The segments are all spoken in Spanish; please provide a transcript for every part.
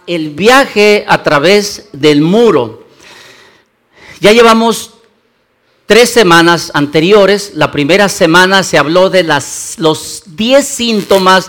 el viaje a través del muro. Ya llevamos 3 semanas anteriores. La primera semana se habló de los 10 síntomas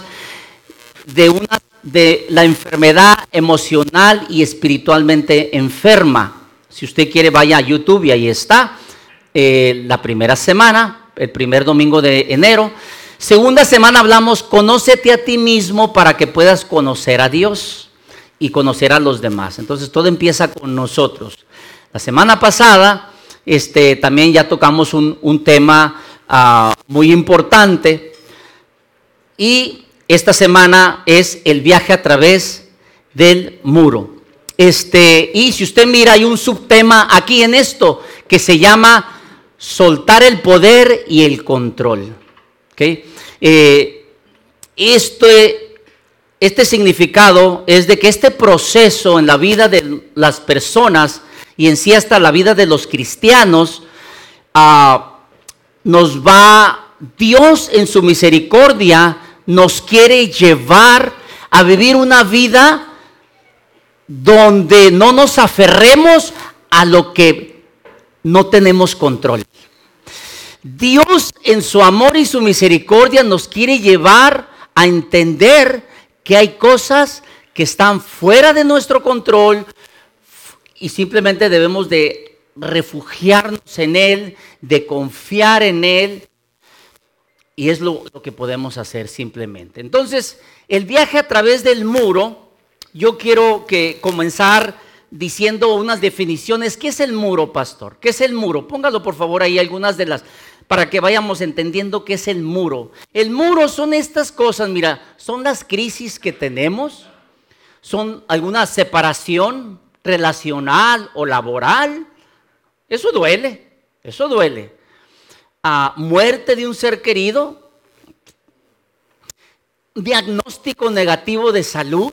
de la enfermedad emocional y espiritualmente enferma. Si usted quiere, vaya a YouTube y ahí está. La primera semana, el primer domingo de enero. Segunda semana hablamos, conócete a ti mismo para que puedas conocer a Dios y conocer a los demás. Entonces todo empieza con nosotros. La semana pasada también ya tocamos un tema muy importante, y esta semana es el viaje a través del muro. Y si usted mira, hay un subtema aquí en esto que se llama soltar el poder y el control. ¿Okay? Este significado es de que este proceso en la vida de las personas y en sí hasta la vida de los cristianos, Dios en su misericordia nos quiere llevar a vivir una vida donde no nos aferremos a lo que no tenemos control. Dios en su amor y su misericordia nos quiere llevar a entender que hay cosas que están fuera de nuestro control y simplemente debemos de refugiarnos en Él, de confiar en Él, y es lo que podemos hacer simplemente. Entonces, el viaje a través del muro, yo quiero comenzar diciendo unas definiciones. ¿Qué es el muro, pastor? ¿Qué es el muro? Póngalo por favor ahí algunas de las, para que vayamos entendiendo qué es el muro. El muro son estas cosas, mira, son las crisis que tenemos, son alguna separación relacional o laboral. Eso duele, eso duele. Muerte de un ser querido, diagnóstico negativo de salud,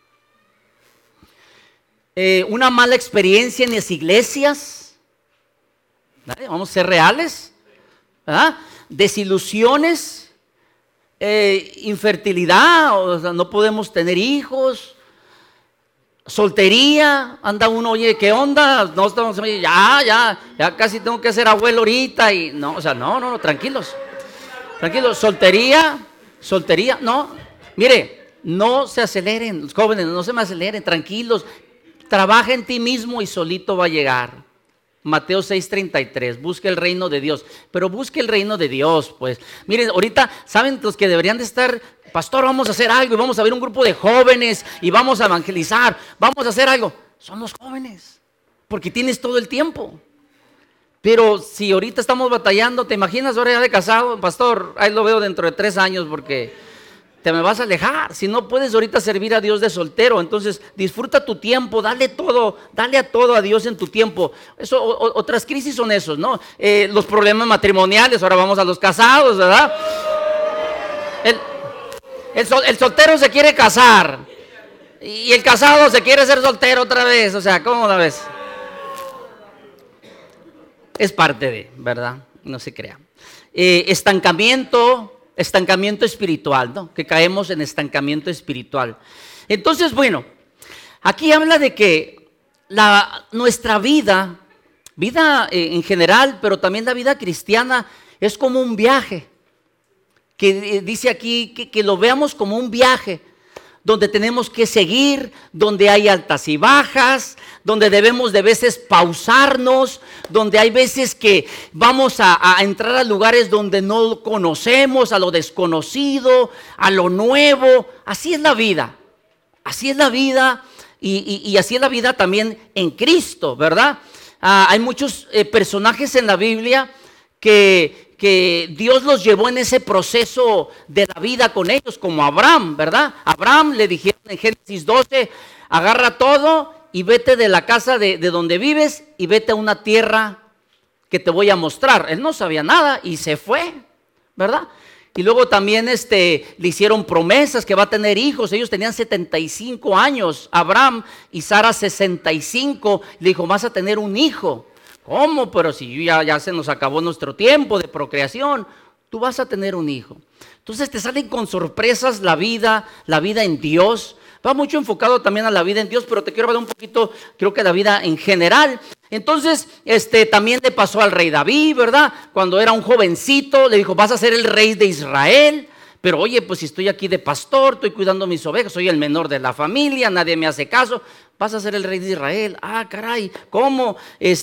una mala experiencia en las iglesias, ¿vale? Vamos a ser reales, ¿verdad? Desilusiones, infertilidad, o sea, no podemos tener hijos, soltería, anda uno, oye, ¿qué onda? No estamos, ya casi tengo que ser abuelo ahorita, y no, o sea, no, tranquilos, soltería, no, mire, no se aceleren, los jóvenes, no se me aceleren, tranquilos, trabaja en ti mismo y solito va a llegar. Mateo 6:33, busque el reino de Dios, pero busque el reino de Dios, pues. Miren, ahorita, ¿saben los que deberían de estar? Pastor, vamos a hacer algo y vamos a ver un grupo de jóvenes y vamos a evangelizar, vamos a hacer algo. Son los jóvenes, porque tienes todo el tiempo. Pero si ahorita estamos batallando, ¿te imaginas ahora ya de casado? Pastor, ahí lo veo dentro de 3 años porque te me vas a alejar. Si no puedes ahorita servir a Dios de soltero, entonces disfruta tu tiempo, dale a todo a Dios en tu tiempo. Eso, otras crisis son esos, ¿no? Los problemas matrimoniales, ahora vamos a los casados, ¿verdad? El soltero se quiere casar y el casado se quiere ser soltero otra vez, o sea, ¿cómo la ves? Es parte de, ¿verdad? No se crea. Estancamiento espiritual, ¿no? Que caemos en estancamiento espiritual. Entonces, bueno, aquí habla de que nuestra vida en general, pero también la vida cristiana es como un viaje. Que dice aquí que lo veamos como un viaje donde tenemos que seguir, donde hay altas y bajas, donde debemos de veces pausarnos, donde hay veces que vamos a entrar a lugares donde no conocemos, a lo desconocido, a lo nuevo. Así es la vida, y así es la vida también en Cristo, ¿verdad? Hay muchos personajes en la Biblia que Dios los llevó en ese proceso de la vida con ellos, como Abraham, ¿verdad? Abraham le dijeron en Génesis 12, agarra todo y vete de la casa de donde vives y vete a una tierra que te voy a mostrar. Él no sabía nada y se fue, ¿verdad? Y luego también le hicieron promesas que va a tener hijos. Ellos tenían 75 años, Abraham, y Sara 65. Le dijo, vas a tener un hijo. ¿Cómo? Pero si ya se nos acabó nuestro tiempo de procreación. Tú vas a tener un hijo. Entonces te salen con sorpresas la vida en Dios. Va mucho enfocado también a la vida en Dios, pero te quiero hablar un poquito, creo que la vida en general. Entonces, también le pasó al rey David, ¿verdad? Cuando era un jovencito, le dijo, vas a ser el rey de Israel. Pero oye, pues si estoy aquí de pastor, estoy cuidando mis ovejas, soy el menor de la familia, nadie me hace caso. Vas a ser el rey de Israel. Ah, caray, ¿cómo?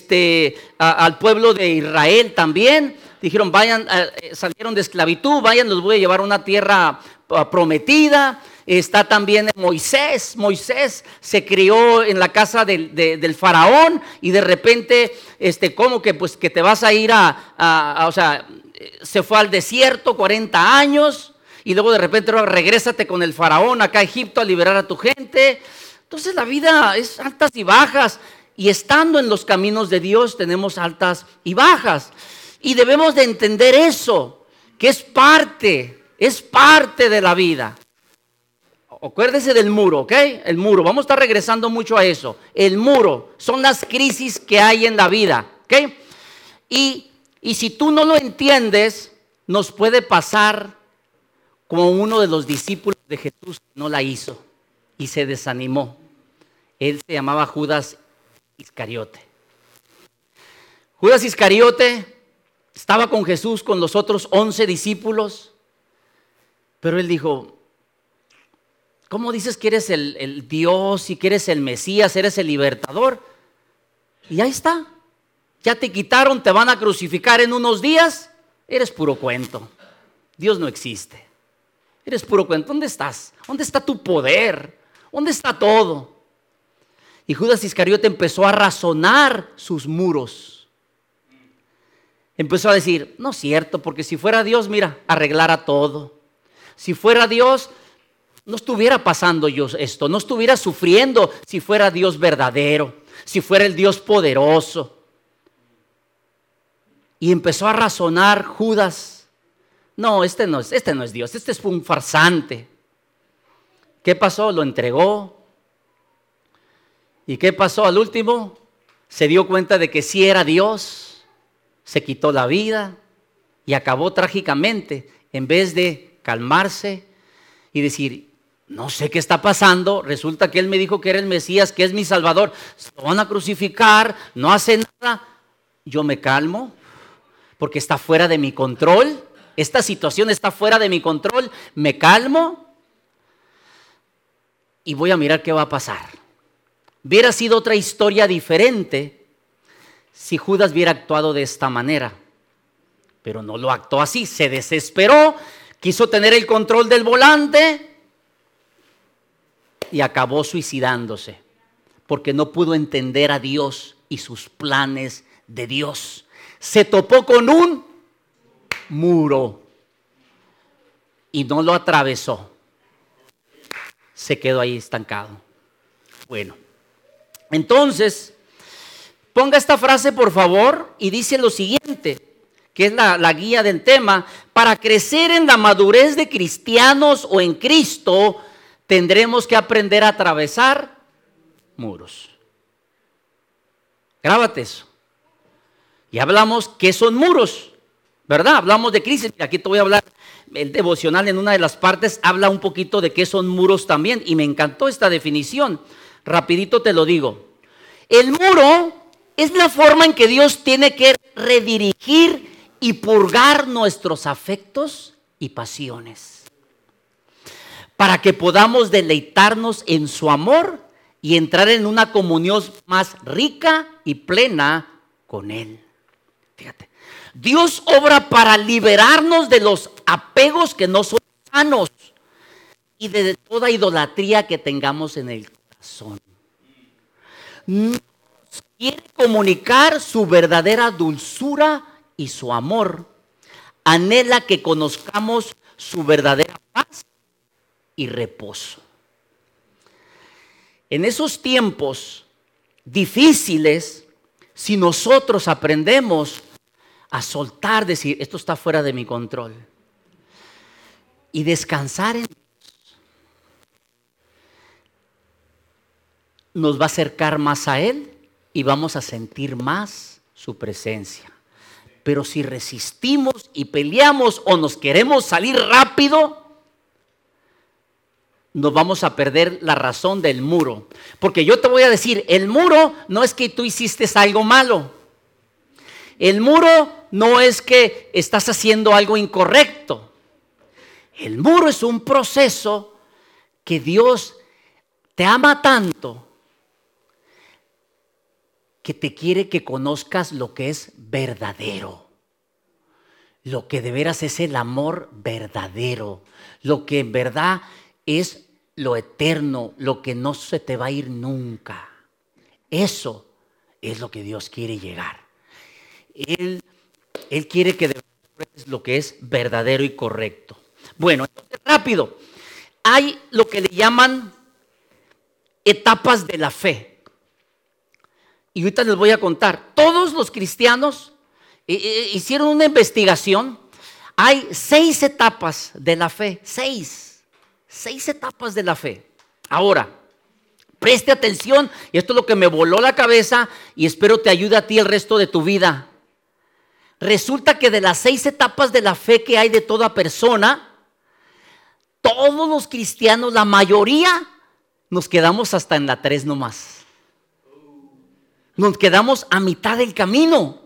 Al pueblo de Israel también dijeron, vayan, salieron de esclavitud, vayan, los voy a llevar a una tierra prometida. Está también Moisés. Moisés se crió en la casa del faraón y de repente, ¿cómo que pues que te vas a ir o sea, se fue al desierto 40 años y luego de repente regrésate con el faraón acá a Egipto a liberar a tu gente? Entonces la vida es altas y bajas, y estando en los caminos de Dios tenemos altas y bajas, y debemos de entender eso, que es parte de la vida. Acuérdese del muro, ¿ok? El muro, vamos a estar regresando mucho a eso. El muro son las crisis que hay en la vida, ¿ok? Y si tú no lo entiendes, nos puede pasar como uno de los discípulos de Jesús que no la hizo y se desanimó. Él se llamaba Judas Iscariote. Judas Iscariote estaba con Jesús, con los otros 11 discípulos, pero él dijo, ¿cómo dices que eres el Dios y que eres el Mesías, eres el libertador? Y ahí está, ya te quitaron, te van a crucificar en unos días, eres puro cuento, Dios no existe, eres puro cuento. ¿Dónde estás? ¿Dónde está tu poder? ¿Dónde está todo? Y Judas Iscariote empezó a razonar sus muros. Empezó a decir, no es cierto, porque si fuera Dios, mira, arreglara todo. Si fuera Dios, no estuviera pasando yo esto, no estuviera sufriendo si fuera Dios verdadero, si fuera el Dios poderoso. Y empezó a razonar Judas. No, este no es Dios, este es un farsante. ¿Qué pasó? Lo entregó. ¿Y qué pasó al último? Se dio cuenta de que sí era Dios, se quitó la vida y acabó trágicamente. En vez de calmarse y decir, no sé qué está pasando, resulta que él me dijo que era el Mesías, que es mi Salvador, lo van a crucificar, no hace nada. Yo me calmo porque está fuera de mi control, esta situación está fuera de mi control, me calmo y voy a mirar qué va a pasar. Hubiera sido otra historia diferente si Judas hubiera actuado de esta manera, pero no lo actuó así, se desesperó, quiso tener el control del volante y acabó suicidándose, porque no pudo entender a Dios y sus planes de Dios. Se topó con un muro y no lo atravesó, se quedó ahí estancado. Bueno, entonces, ponga esta frase por favor y dice lo siguiente, que es la guía del tema. Para crecer en la madurez de cristianos o en Cristo, tendremos que aprender a atravesar muros. Grábate eso. Y hablamos qué son muros, ¿verdad? Hablamos de crisis. Aquí te voy a hablar, el devocional en una de las partes habla un poquito de qué son muros también. Y me encantó esta definición. Rapidito te lo digo. El muro es la forma en que Dios tiene que redirigir y purgar nuestros afectos y pasiones para que podamos deleitarnos en su amor y entrar en una comunión más rica y plena con Él. Fíjate, Dios obra para liberarnos de los apegos que no son sanos y de toda idolatría que tengamos en el corazón. Nos quiere comunicar su verdadera dulzura y su amor. Anhela que conozcamos su verdadera paz y reposo. En esos tiempos difíciles, si nosotros aprendemos a soltar, decir, esto está fuera de mi control, y descansar en Dios, nos va a acercar más a Él y vamos a sentir más su presencia. Pero si resistimos y peleamos o nos queremos salir rápido, nos vamos a perder la razón del muro. Porque yo te voy a decir, el muro no es que tú hiciste algo malo. El muro no es que estás haciendo algo incorrecto. El muro es un proceso que Dios te ama tanto que te quiere que conozcas lo que es verdadero. Lo que de veras es el amor verdadero. Lo que en verdad es lo eterno, lo que no se te va a ir nunca. Eso es lo que Dios quiere llegar. Él quiere que de verdad es lo que es verdadero y correcto. Bueno, entonces rápido. Hay lo que le llaman etapas de la fe. Y ahorita les voy a contar. Todos los cristianos hicieron una investigación. Hay 6 etapas de la fe. 6 etapas de la fe. Ahora, preste atención. Y esto es lo que me voló la cabeza y espero te ayude a ti el resto de tu vida. Resulta que de las 6 etapas de la fe que hay de toda persona, todos los cristianos, la mayoría, nos quedamos hasta en la 3 nomás. Nos quedamos a mitad del camino.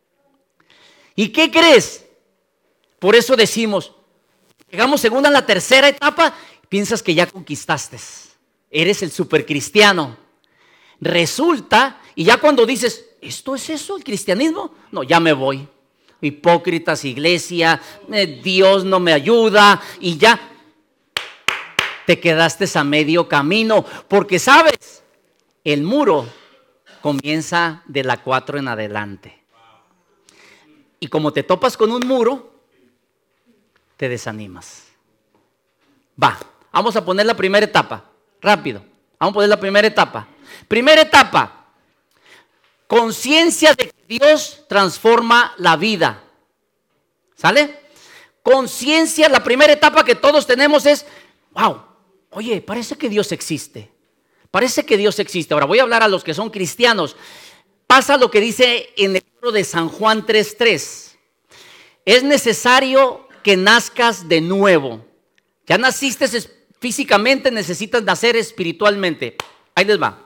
¿Y qué crees? Por eso decimos, llegamos según a la 3ª etapa, piensas que ya conquistaste. Eres el supercristiano. Resulta, y ya cuando dices, ¿esto es eso, el cristianismo? No, ya me voy. Hipócritas, iglesia, Dios no me ayuda, y ya te quedaste a medio camino, porque sabes, el muro comienza de la 4 en adelante. Y como te topas con un muro, te desanimas. Vamos a poner la primera etapa, rápido. Vamos a poner la primera etapa. Primera etapa, conciencia de que Dios transforma la vida. ¿Sale? Conciencia, la primera etapa que todos tenemos es, wow, oye, parece que Dios existe. Parece que Dios existe. Ahora voy a hablar a los que son cristianos. Pasa lo que dice en el libro de San Juan 3:3. Es necesario que nazcas de nuevo. Ya naciste físicamente, necesitas nacer espiritualmente. Ahí les va.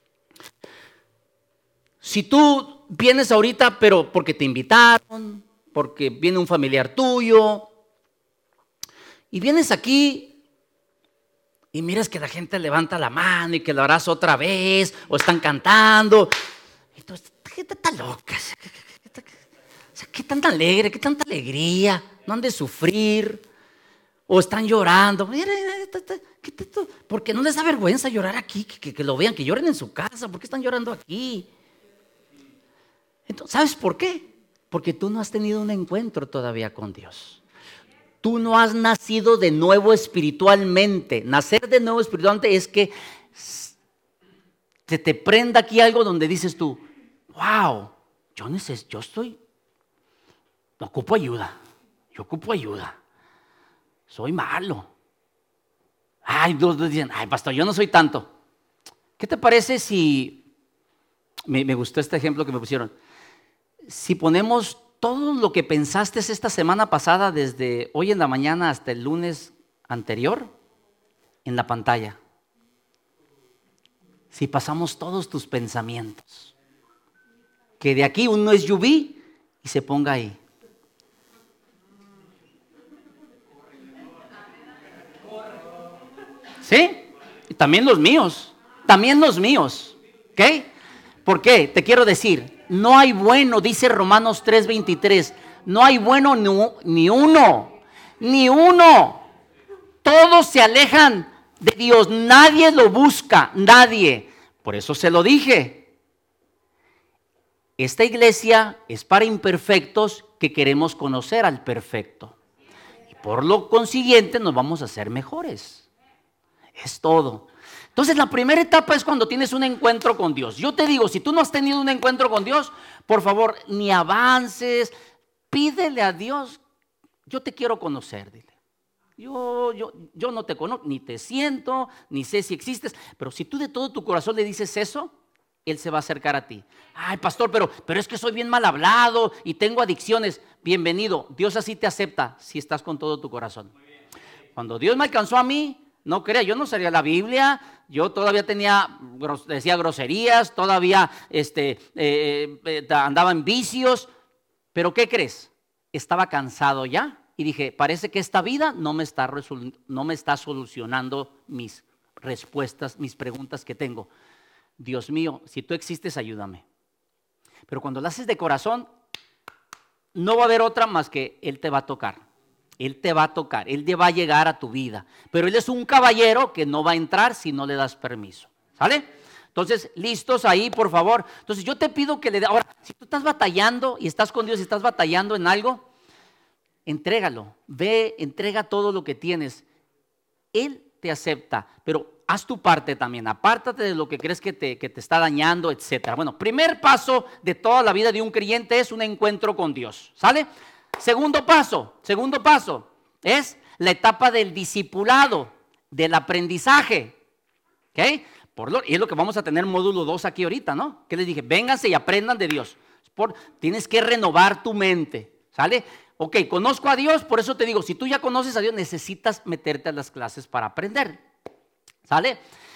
Si tú vienes ahorita, pero porque te invitaron, porque viene un familiar tuyo, y vienes aquí y miras que la gente levanta la mano y que lo harás otra vez, o están cantando, y tú, esta gente está loca, qué tanta alegre, qué tanta alegría, no han de sufrir, o están llorando, porque no les da vergüenza llorar aquí, que lo vean, que lloren en su casa, ¿por qué están llorando aquí? Entonces, ¿sabes por qué? Porque tú no has tenido un encuentro todavía con Dios. Tú no has nacido de nuevo espiritualmente. Nacer de nuevo espiritualmente es que te prenda aquí algo donde dices tú, wow, yo ocupo ayuda. Yo ocupo ayuda. Soy malo. Ay, dos dicen, ay, pastor, yo no soy tanto. ¿Qué te parece si, me gustó este ejemplo que me pusieron, si ponemos todo lo que pensaste esta semana pasada, desde hoy en la mañana hasta el lunes anterior, en la pantalla? Si pasamos todos tus pensamientos, que de aquí uno es Yubí y se ponga ahí. ¿Sí? Y también los míos, ¿ok? ¿Por qué? Te quiero decir, no hay bueno, dice Romanos 3:23, no hay bueno ni uno. Todos se alejan de Dios, nadie lo busca, nadie. Por eso se lo dije. Esta iglesia es para imperfectos que queremos conocer al perfecto. Y por lo consiguiente nos vamos a hacer mejores. Es todo. Entonces la primera etapa es cuando tienes un encuentro con Dios. Yo te digo, si tú no has tenido un encuentro con Dios, por favor, ni avances, pídele a Dios, yo te quiero conocer, dile. Yo no te conozco, ni te siento, ni sé si existes, pero si tú de todo tu corazón le dices eso, Él se va a acercar a ti. Ay, pastor, pero es que soy bien mal hablado y tengo adicciones. Bienvenido, Dios así te acepta si estás con todo tu corazón. Cuando Dios me alcanzó a mí, No crea, yo no sabía la Biblia, yo todavía decía groserías, todavía andaba en vicios. Pero ¿qué crees? Estaba cansado ya y dije, parece que esta vida no me está solucionando mis respuestas, mis preguntas que tengo. Dios mío, si tú existes, ayúdame. Pero cuando lo haces de corazón, no va a haber otra más que Él te va a tocar. Él te va a tocar, Él te va a llegar a tu vida. Pero Él es un caballero que no va a entrar si no le das permiso. ¿Sale? Entonces, listos ahí, por favor. Entonces, yo te pido que ahora, si tú estás batallando y estás con Dios y estás batallando en algo, entrégalo. Ve, entrega todo lo que tienes. Él te acepta, pero haz tu parte también. Apártate de lo que crees que te está dañando, etcétera. Bueno, primer paso de toda la vida de un creyente es un encuentro con Dios. ¿Sale? Segundo paso es la etapa del discipulado, del aprendizaje. ¿Ok? Y es lo que vamos a tener módulo 2 aquí ahorita, ¿no? Que les dije, vénganse y aprendan de Dios. Tienes que renovar tu mente, ¿sale? Ok, conozco a Dios, por eso te digo, si tú ya conoces a Dios, necesitas meterte a las clases para aprender, ¿sale?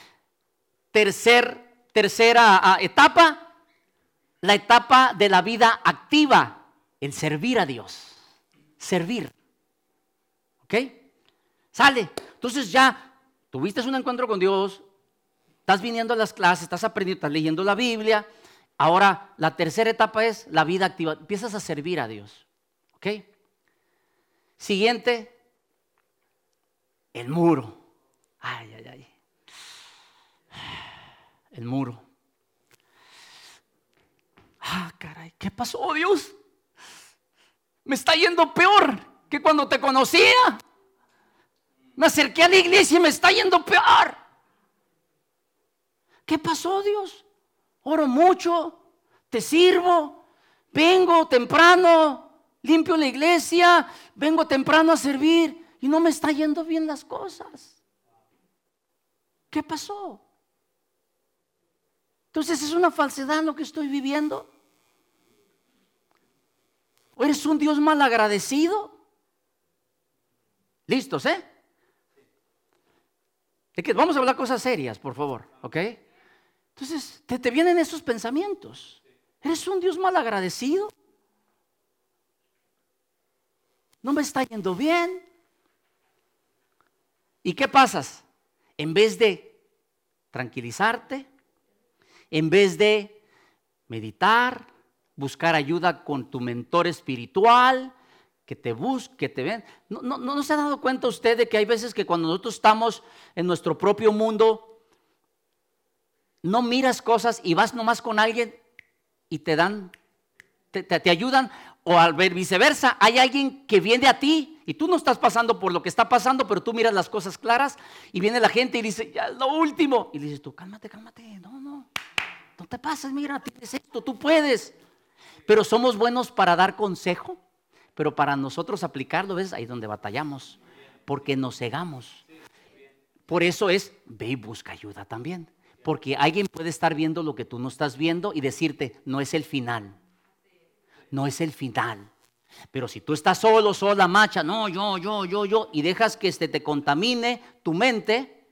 Tercera etapa, la etapa de la vida activa, el servir a Dios. Servir. ¿Ok? Sale. Entonces ya tuviste un encuentro con Dios, estás viniendo a las clases, estás aprendiendo, estás leyendo la Biblia. Ahora la tercera etapa es la vida activa. Empiezas a servir a Dios. ¿Ok? Siguiente, el muro. Ay. El muro. Caray, ¿qué pasó, Dios? Me está yendo peor que cuando te conocía. Me acerqué a la iglesia y me está yendo peor. ¿Qué pasó, Dios? Oro mucho, te sirvo, vengo temprano, limpio la iglesia, vengo temprano a servir y no me está yendo bien las cosas. ¿Qué pasó? Entonces, ¿es una falsedad lo que estoy viviendo? ¿O eres un Dios malagradecido? ¿Listos, Vamos a hablar cosas serias, por favor, ¿ok? Entonces, te vienen esos pensamientos. ¿Eres un Dios malagradecido? ¿No me está yendo bien? ¿Y qué pasas? En vez de tranquilizarte, en vez de meditar, buscar ayuda con tu mentor espiritual, que te busque, que te vean. ¿No se ha dado cuenta usted de que hay veces que cuando nosotros estamos en nuestro propio mundo, no miras cosas y vas nomás con alguien y te ayudan? O al ver viceversa, hay alguien que viene a ti y tú no estás pasando por lo que está pasando, pero tú miras las cosas claras y viene la gente y dice, ya es lo último. Y dices tú, cálmate, no te pases, mira, tienes esto, tú puedes. Pero somos buenos para dar consejo, pero para nosotros aplicarlo, ¿ves? Ahí es donde batallamos, porque nos cegamos. Por eso ve y busca ayuda también, porque alguien puede estar viendo lo que tú no estás viendo y decirte, no es el final, no es el final. Pero si tú estás sola, macha, no, yo, y dejas que te contamine tu mente,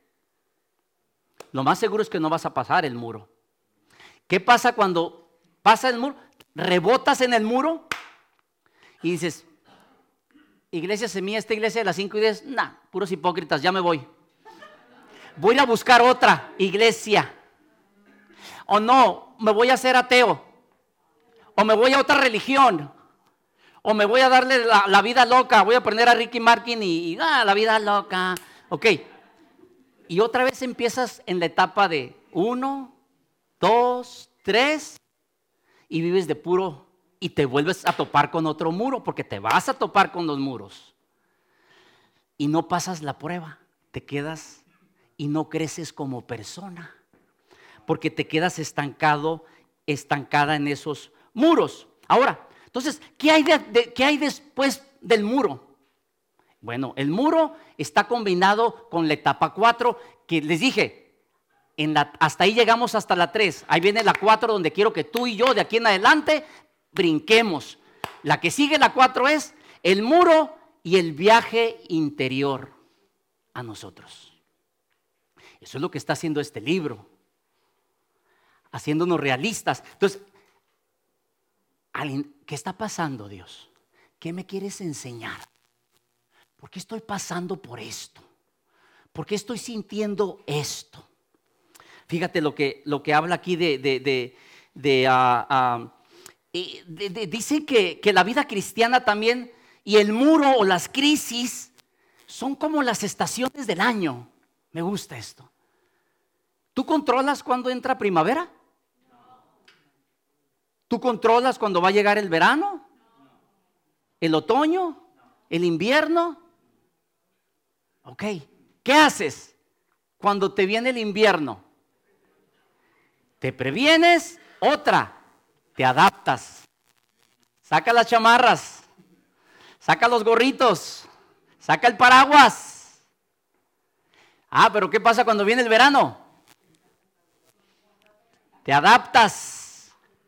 lo más seguro es que no vas a pasar el muro. ¿Qué pasa cuando pasa el muro? Rebotas en el muro y dices, iglesia semilla, esta iglesia de las 5:10, puros hipócritas, ya me voy. Voy a ir a buscar otra iglesia. O no, me voy a hacer ateo. O me voy a otra religión. O me voy a darle la vida loca. Voy a aprender a Ricky Martin y la vida loca. Ok. Y otra vez empiezas en la etapa de 1, 2, 3 y vives de puro y te vuelves a topar con otro muro porque te vas a topar con los muros. Y no pasas la prueba. Te quedas y no creces como persona porque te quedas estancada en esos muros. Ahora, entonces, ¿qué hay después del muro? Bueno, el muro está combinado con la etapa 4 que les dije, hasta ahí llegamos hasta la 3. Ahí viene la 4 donde quiero que tú y yo de aquí en adelante brinquemos. La que sigue la 4 es el muro y el viaje interior a nosotros. Eso es lo que está haciendo este libro, haciéndonos realistas. Entonces, ¿qué está pasando, Dios? ¿Qué me quieres enseñar? ¿Por qué estoy pasando por esto? ¿Por qué estoy sintiendo esto? Fíjate lo que habla aquí dice que la vida cristiana también y el muro o las crisis son como las estaciones del año. Me gusta esto. ¿Tú controlas cuándo entra primavera? ¿Tú controlas cuándo va a llegar el verano? ¿El otoño? ¿El invierno? Ok. ¿Qué haces cuando te viene el invierno? Te previenes. Otra, te adaptas. Saca las chamarras, saca los gorritos, saca el paraguas. Pero ¿qué pasa cuando viene el verano? Te adaptas,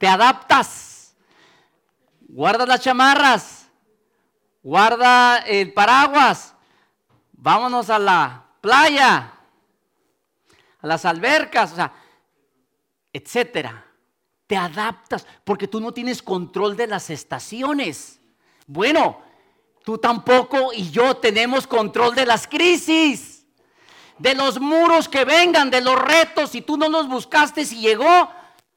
guardas las chamarras, guarda el paraguas, vámonos a la playa, a las albercas, o sea, etcétera. Te adaptas porque tú no tienes control de las estaciones. Bueno, tú tampoco y yo tenemos control de las crisis, de los muros que vengan, de los retos. Si tú no los buscaste, si llegó,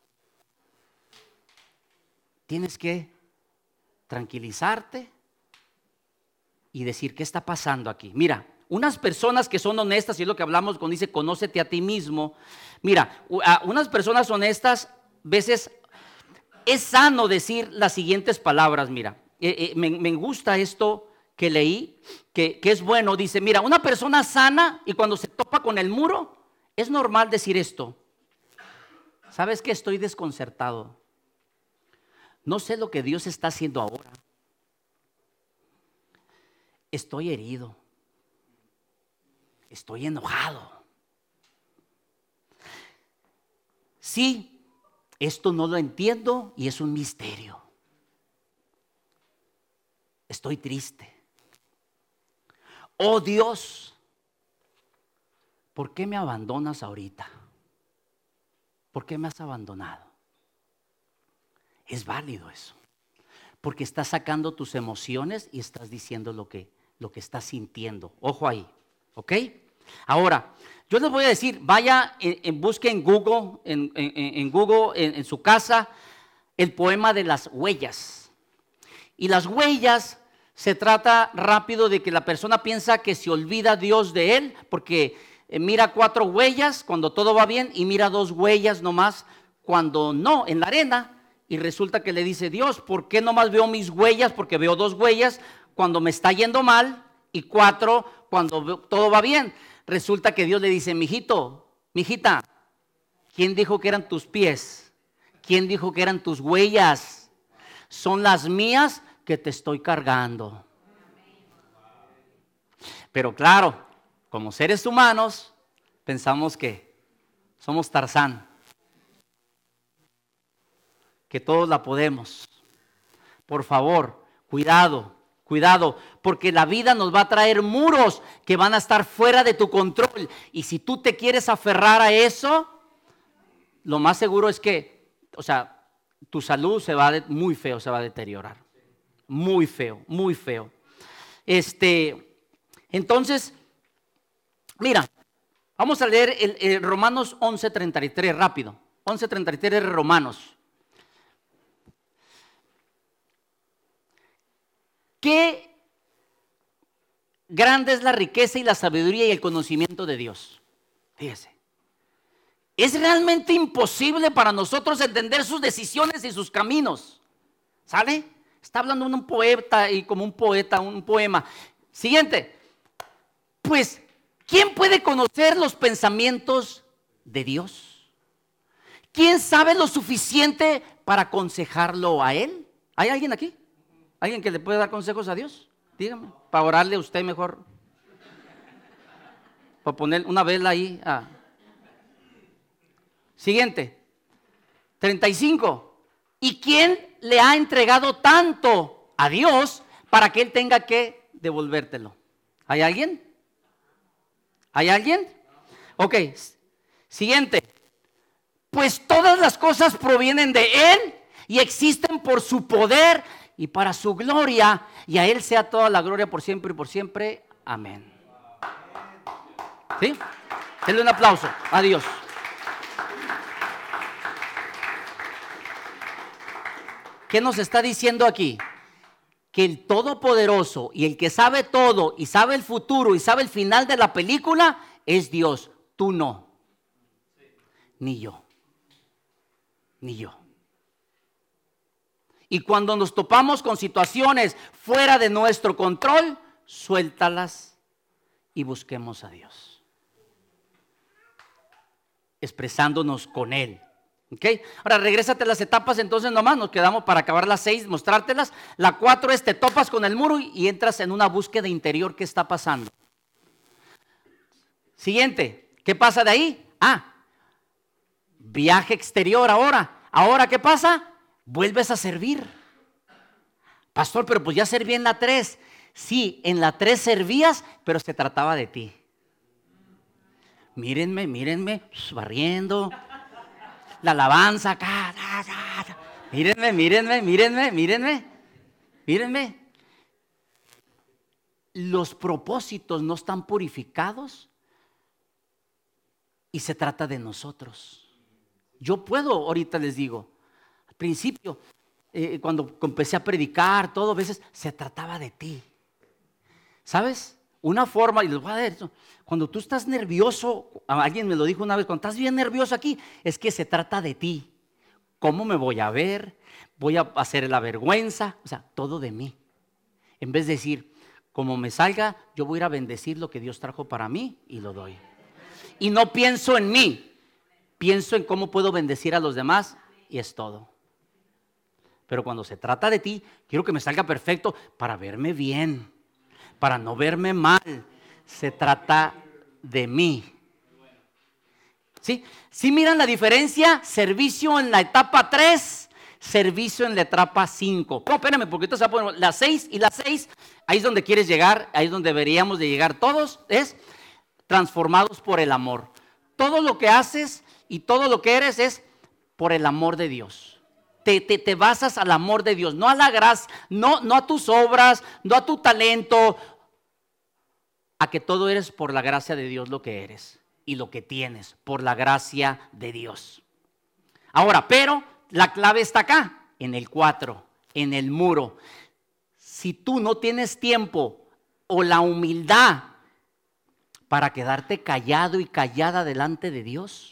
tienes que tranquilizarte y decir, ¿qué está pasando aquí? Mira, unas personas que son honestas, y es lo que hablamos cuando dice, conócete a ti mismo. Mira, unas personas honestas, veces es sano decir las siguientes palabras. Mira, me gusta esto que leí, que es bueno. Dice, mira, una persona sana y cuando se topa con el muro, es normal decir esto. ¿Sabes qué? Estoy desconcertado. No sé lo que Dios está haciendo ahora. Estoy herido. Estoy enojado. Sí, esto no lo entiendo y es un misterio. Estoy triste. Oh Dios, ¿por qué me abandonas ahorita? ¿Por qué me has abandonado? Es válido eso, porque estás sacando tus emociones y estás diciendo lo que estás sintiendo. Ojo ahí, ¿ok? Ahora, yo les voy a decir, vaya, busque en Google, en Google, en su casa, el poema de las huellas. Y las huellas se trata rápido de que la persona piensa que se olvida Dios de él, porque mira 4 huellas cuando todo va bien y mira 2 huellas nomás cuando no, en la arena. Y resulta que le dice, Dios, ¿por qué nomás veo mis huellas? Porque veo 2 huellas cuando me está yendo mal y 4 cuando todo va bien. Resulta que Dios le dice, mijito, mijita, ¿quién dijo que eran tus pies? ¿Quién dijo que eran tus huellas? Son las mías que te estoy cargando. Pero claro, como seres humanos, pensamos que somos Tarzán, que todos la podemos. Por favor, cuidado, porque la vida nos va a traer muros que van a estar fuera de tu control. Y si tú te quieres aferrar a eso, lo más seguro es que, tu salud muy feo se va a deteriorar. Muy feo, muy feo. Entonces, mira, vamos a leer el Romanos 11:33 rápido. 11:33 de Romanos. Qué grande es la riqueza y la sabiduría y el conocimiento de Dios. Fíjese. Es realmente imposible para nosotros entender sus decisiones y sus caminos. ¿Sale? Está hablando un poeta y como un poeta, un poema. Siguiente. Pues, ¿quién puede conocer los pensamientos de Dios? ¿Quién sabe lo suficiente para aconsejarlo a Él? ¿Hay alguien aquí? ¿Alguien que le puede dar consejos a Dios? Dígame, para orarle a usted mejor. Para poner una vela ahí. Siguiente. 35. ¿Y quién le ha entregado tanto a Dios para que Él tenga que devolvértelo? ¿Hay alguien? ¿Hay alguien? Ok, siguiente. Pues todas las cosas provienen de Él y existen por su poder y para su gloria, y a Él sea toda la gloria por siempre y por siempre. Amén. ¿Sí? Denle un aplauso a Dios. ¿Qué nos está diciendo aquí? Que el Todopoderoso y el que sabe todo y sabe el futuro y sabe el final de la película es Dios. Tú no. Ni yo. Ni yo. Y cuando nos topamos con situaciones fuera de nuestro control, suéltalas y busquemos a Dios, expresándonos con Él. ¿Okay? Ahora regrésate a las etapas, entonces nomás nos quedamos para acabar las 6, mostrártelas. La 4 es te topas con el muro y entras en una búsqueda interior. ¿Qué está pasando? Siguiente, ¿qué pasa de ahí? Viaje exterior ahora. Ahora, ¿qué pasa? Vuelves a servir. Pastor, pero pues ya serví en la 3. Sí, en la 3 servías, pero se trataba de ti. Mírenme, barriendo. La alabanza acá. Mírenme. Los propósitos no están purificados y se trata de nosotros. Yo puedo, ahorita les digo, al principio, cuando empecé a predicar, todo, a veces se trataba de ti. ¿Sabes? Una forma, y les voy a decir, cuando tú estás nervioso, alguien me lo dijo una vez, cuando estás bien nervioso aquí, es que se trata de ti. ¿Cómo me voy a ver? ¿Voy a hacer la vergüenza? O sea, todo de mí. En vez de decir, como me salga, yo voy a ir a bendecir lo que Dios trajo para mí y lo doy. Y no pienso en mí, pienso en cómo puedo bendecir a los demás y es todo. Pero cuando se trata de ti, quiero que me salga perfecto para verme bien, para no verme mal. Se trata de mí. ¿Sí? ¿Sí miran la diferencia? Servicio en la etapa 3, servicio en la etapa 5. No, espérame, porque esto se va a poner la 6 y la 6, ahí es donde quieres llegar, ahí es donde deberíamos de llegar todos, es transformados por el amor. Todo lo que haces y todo lo que eres es por el amor de Dios. Te basas al amor de Dios, no a la gracia, no a tus obras, no a tu talento, a que todo eres por la gracia de Dios lo que eres y lo que tienes, por la gracia de Dios. Ahora, pero la clave está acá, en el 4, en el muro. Si tú no tienes tiempo o la humildad para quedarte callado y callada delante de Dios,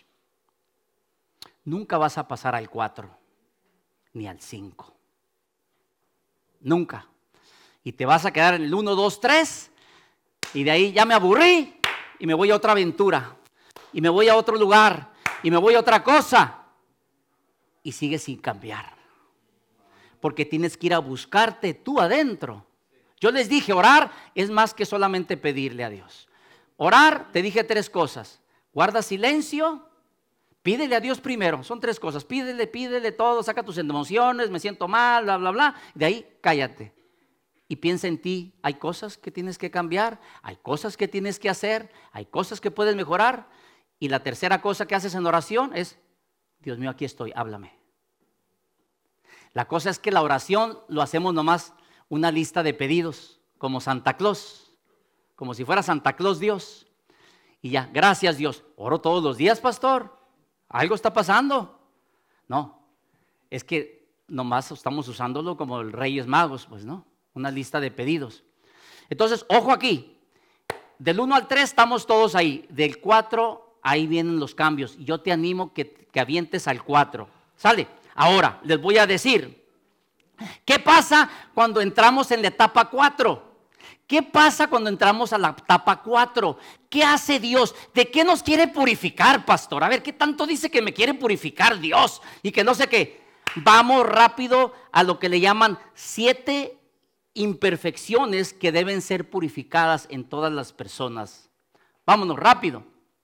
nunca vas a pasar al 4 ni al 5. Nunca. Y te vas a quedar en el 1, 2, 3 y de ahí ya me aburrí y me voy a otra aventura y me voy a otro lugar y me voy a otra cosa y sigues sin cambiar. Porque tienes que ir a buscarte tú adentro. Yo les dije, orar es más que solamente pedirle a Dios. Orar, te dije 3 cosas. Guarda silencio, pídele a Dios primero. Son 3 cosas. Pídele todo, saca tus emociones, me siento mal, bla, bla, bla. De ahí, cállate. Y piensa en ti. Hay cosas que tienes que cambiar, hay cosas que tienes que hacer, hay cosas que puedes mejorar. Y la tercera cosa que haces en oración es, Dios mío, aquí estoy, háblame. La cosa es que la oración lo hacemos nomás una lista de pedidos, como Santa Claus, como si fuera Santa Claus Dios. Y ya, gracias Dios. Oro todos los días, pastor. ¿Algo está pasando? No, es que nomás estamos usándolo como el Reyes Magos, pues no, una lista de pedidos. Entonces, ojo aquí, del 1 al 3 estamos todos ahí, del 4 ahí vienen los cambios. Yo te animo que avientes al 4, ¿sale? Ahora, les voy a decir, ¿qué pasa cuando entramos en la etapa 4? ¿Qué pasa cuando entramos a la etapa 4? ¿Qué hace Dios? ¿De qué nos quiere purificar, pastor? A ver, ¿qué tanto dice que me quiere purificar Dios? Y que no sé qué. Vamos rápido a lo que le llaman 7 imperfecciones que deben ser purificadas en todas las personas. Vámonos rápido.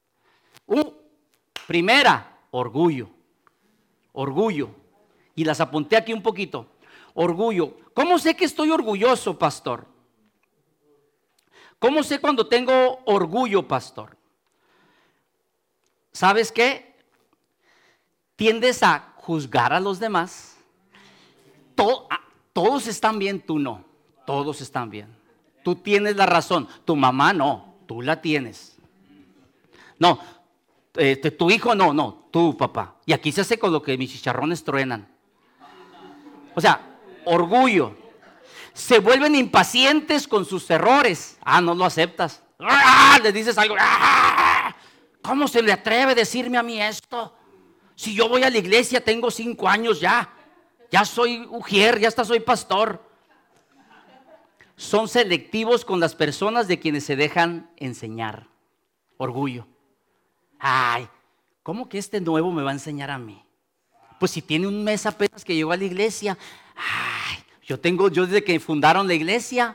Primera, orgullo. Orgullo. Y las apunté aquí un poquito. Orgullo. ¿Cómo sé que estoy orgulloso, pastor? ¿Cómo sé cuando tengo orgullo, pastor? ¿sabes qué? Tiendes a juzgar a los demás. Todos están bien, tú no. Todos están bien. Tú tienes la razón, tu mamá no, tú la tienes. No, tu hijo no, tú papá. Y aquí se hace con lo que mis chicharrones truenan. O sea, orgullo. Se vuelven impacientes con sus errores. No lo aceptas. Le dices algo. ¿Cómo se le atreve a decirme a mí esto? Si yo voy a la iglesia, tengo 5 años ya. Ya soy ujier, ya hasta soy pastor. Son selectivos con las personas de quienes se dejan enseñar. Orgullo. ¿Cómo que este nuevo me va a enseñar a mí? Pues si tiene un mes apenas que llegó a la iglesia. Yo desde que fundaron la iglesia.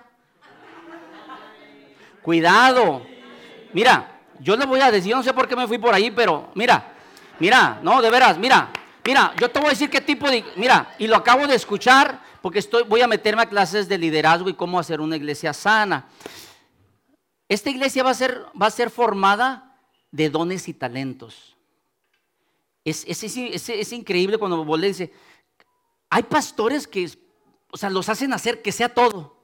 Cuidado. Mira, yo le voy a decir, no sé por qué me fui por ahí, pero mira, no, de veras, mira, yo te voy a decir qué tipo de, y lo acabo de escuchar porque voy a meterme a clases de liderazgo y cómo hacer una iglesia sana. Esta iglesia va a ser formada de dones y talentos. Es increíble cuando vos le dices, hay pastores que, los hacen hacer que sea todo.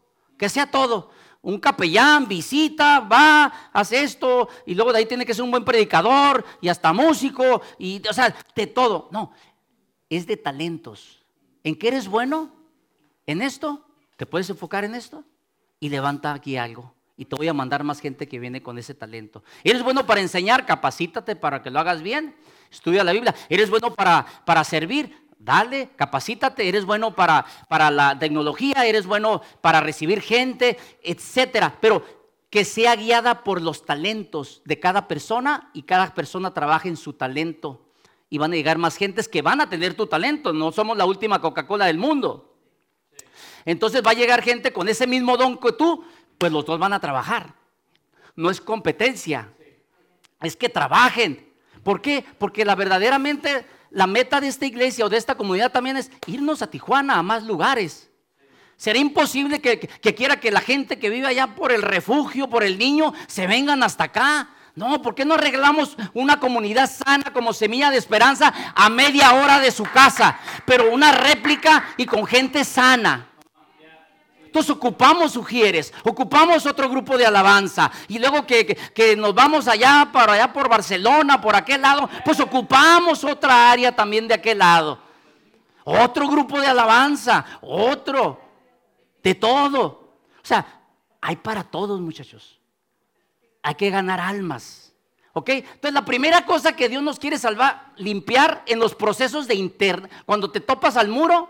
Un capellán visita, va, hace esto, y luego de ahí tiene que ser un buen predicador, y hasta músico, de todo. No, es de talentos. ¿En qué eres bueno? ¿En esto? ¿Te puedes enfocar en esto? Y levanta aquí algo. Y te voy a mandar más gente que viene con ese talento. ¿Eres bueno para enseñar? Capacítate para que lo hagas bien. Estudia la Biblia. ¿Eres bueno para servir? Dale, capacítate. ¿Eres bueno para la tecnología? ¿Eres bueno para recibir gente? Etcétera. Pero que sea guiada por los talentos de cada persona y cada persona trabaje en su talento. Y van a llegar más gentes que van a tener tu talento. No somos la última Coca-Cola del mundo. Entonces va a llegar gente con ese mismo don que tú. Pues los dos van a trabajar. No es competencia, es que trabajen. ¿Por qué? Porque verdaderamente la meta de esta iglesia o de esta comunidad también es irnos a Tijuana, a más lugares. Será imposible que quiera que la gente que vive allá por el refugio, por el niño, se vengan hasta acá. No, ¿por qué no arreglamos una comunidad sana como Semilla de Esperanza a media hora de su casa? Pero una réplica y con gente sana. Entonces ocupamos Ujieres, ocupamos otro grupo de alabanza y luego que nos vamos allá por Barcelona, por aquel lado, pues ocupamos otra área también de aquel lado. Otro grupo de alabanza, otro, de todo. O sea, hay para todos, muchachos. Hay que ganar almas. ¿Ok? Entonces la primera cosa que Dios nos quiere limpiar en los procesos de interna, cuando te topas al muro,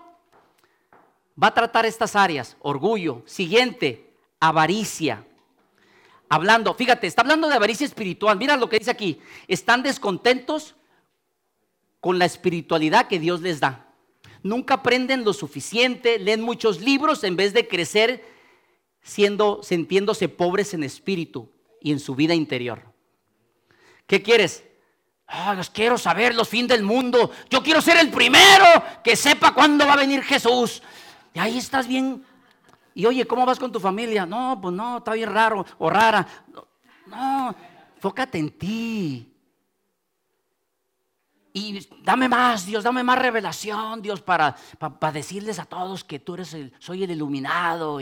va a tratar estas áreas. Orgullo. Siguiente, avaricia. Fíjate, está hablando de avaricia espiritual. Mira lo que dice aquí. Están descontentos con la espiritualidad que Dios les da. Nunca aprenden lo suficiente, leen muchos libros en vez de crecer sintiéndose pobres en espíritu y en su vida interior. ¿Qué quieres? Los quiero saber los fines del mundo. Yo quiero ser el primero que sepa cuándo va a venir Jesús. Y ahí estás bien. Y oye, ¿cómo vas con tu familia? No, pues no, está bien raro o rara. No, enfócate en ti. Y dame más, Dios, dame más revelación, Dios, para decirles a todos que tú soy el iluminado.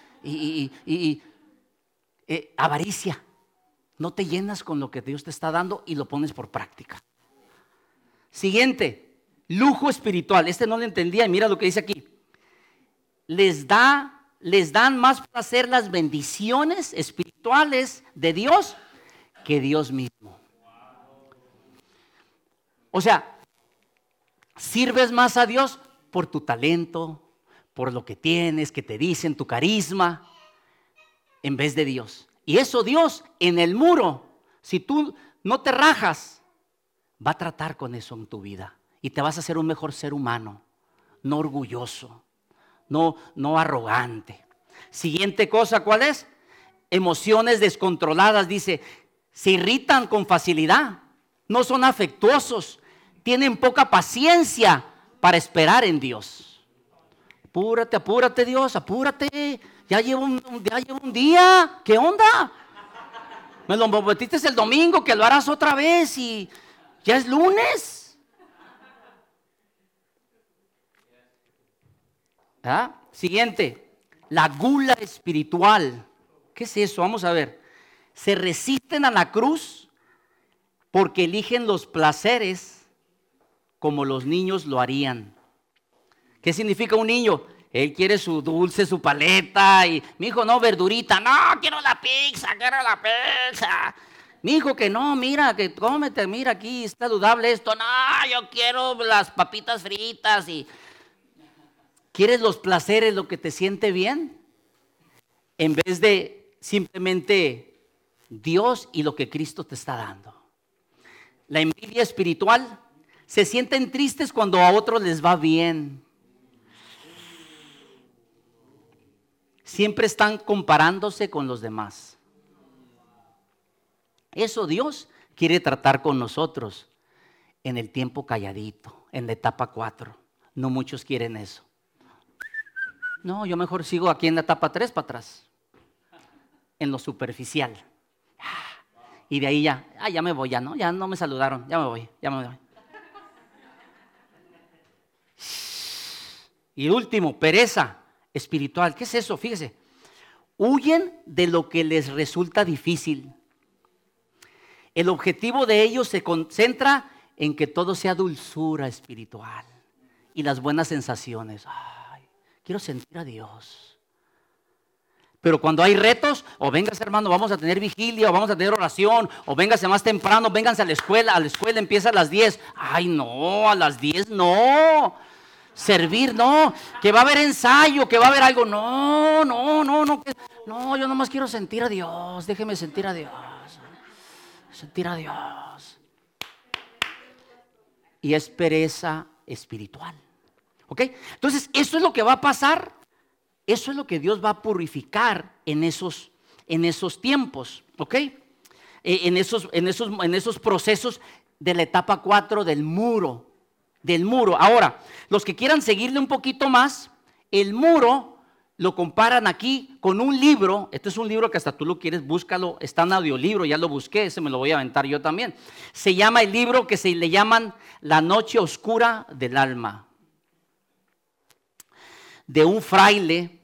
Avaricia. No te llenas con lo que Dios te está dando y lo pones por práctica. Siguiente, lujo espiritual. No lo entendía y mira lo que dice aquí. Les dan más placer las bendiciones espirituales de Dios que Dios mismo. O sea, sirves más a Dios por tu talento, por lo que tienes, que te dicen, tu carisma, en vez de Dios. Y eso Dios en el muro, si tú no te rajas, va a tratar con eso en tu vida. Y te vas a hacer un mejor ser humano, no orgulloso. No arrogante. Siguiente cosa, ¿cuál es? Emociones descontroladas, dice, se irritan con facilidad, no son afectuosos, tienen poca paciencia para esperar en Dios. Apúrate Dios, apúrate, ya llevo un día, ¿qué onda? Me lo metiste el domingo, que lo harás otra vez y Ya es lunes. ¿Ah? Siguiente, la gula espiritual. ¿Qué es eso? Vamos a ver. Se resisten a la cruz porque eligen los placeres como los niños lo harían. ¿Qué significa un niño? Él quiere su dulce, su paleta y mi hijo no, verdurita, no, quiero la pizza. Mi hijo que no, mira, que cómete, mira aquí, es saludable esto, no, yo quiero las papitas fritas y ¿quieres los placeres, lo que te siente bien? En vez de simplemente Dios y lo que Cristo te está dando. La envidia espiritual, se sienten tristes cuando a otros les va bien. Siempre están comparándose con los demás. Eso Dios quiere tratar con nosotros en el tiempo calladito, en la etapa 4. No muchos quieren eso. No, yo mejor sigo aquí en la etapa 3 para atrás, en lo superficial. Y de ahí ya me voy, ya no me saludaron, ya me voy. Y último, pereza espiritual. ¿Qué es eso? Fíjese, huyen de lo que les resulta difícil. El objetivo de ellos se concentra en que todo sea dulzura espiritual y las buenas sensaciones. Ay, quiero sentir a Dios. Pero cuando hay retos, o véngase hermano, vamos a tener vigilia, o vamos a tener oración, o véngase más temprano, vénganse a la escuela empieza a las 10. Ay no, a las 10 no. Servir, no, que va a haber ensayo, que va a haber algo, no, yo nomás quiero sentir a Dios, déjeme sentir a Dios. Y es pereza espiritual, ¿ok? Entonces, eso es lo que va a pasar, eso es lo que Dios va a purificar en esos tiempos, ¿ok? En esos procesos de la etapa 4 del muro. Ahora, los que quieran seguirle un poquito más, el muro lo comparan aquí con un libro. Este es un libro que hasta tú lo quieres, búscalo, está en audiolibro, ya lo busqué, ese me lo voy a aventar yo también. Se llama el libro que se le llaman La Noche Oscura del Alma. De un fraile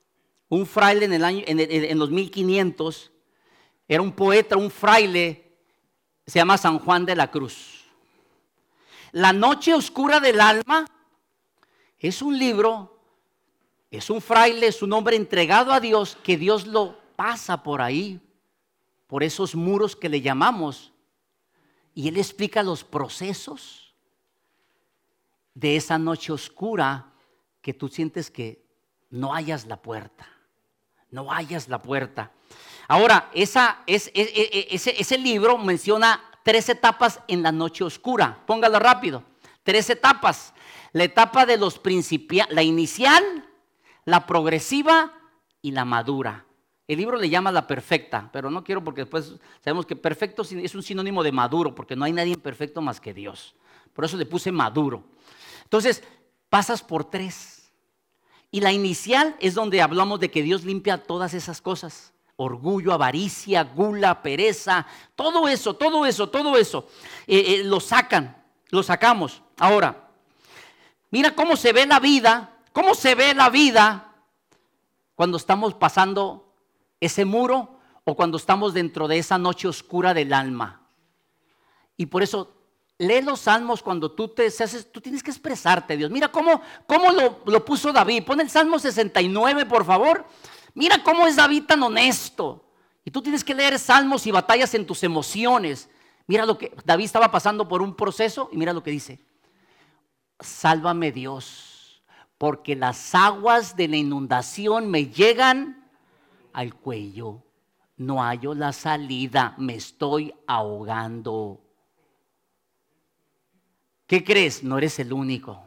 en los 1500, era un poeta, un fraile, se llama San Juan de la Cruz. La Noche Oscura del Alma es un libro, es un fraile, es un hombre entregado a Dios, que Dios lo pasa por ahí, por esos muros que le llamamos, y él explica los procesos de esa noche oscura que tú sientes que no hallas la puerta. Ahora, ese libro menciona 3 etapas en la noche oscura. Póngalo rápido. 3 etapas. La etapa de los principiantes, la inicial, la progresiva y la madura. El libro le llama la perfecta, pero no quiero porque después sabemos que perfecto es un sinónimo de maduro, porque no hay nadie perfecto más que Dios. Por eso le puse maduro. Entonces, pasas por 3. Y la inicial es donde hablamos de que Dios limpia todas esas cosas. Orgullo, avaricia, gula, pereza, todo eso, lo sacamos. Ahora, mira cómo se ve la vida cuando estamos pasando ese muro o cuando estamos dentro de esa noche oscura del alma. Y por eso, lee los salmos cuando tú tienes que expresarte, Dios. Mira cómo lo puso David. Pon el Salmo 69, por favor. Mira cómo es David tan honesto. Y tú tienes que leer salmos y batallas en tus emociones. Mira lo que David estaba pasando por un proceso y mira lo que dice. Sálvame Dios, porque las aguas de la inundación me llegan al cuello. No hallo la salida, me estoy ahogando. ¿Qué crees? No eres el único.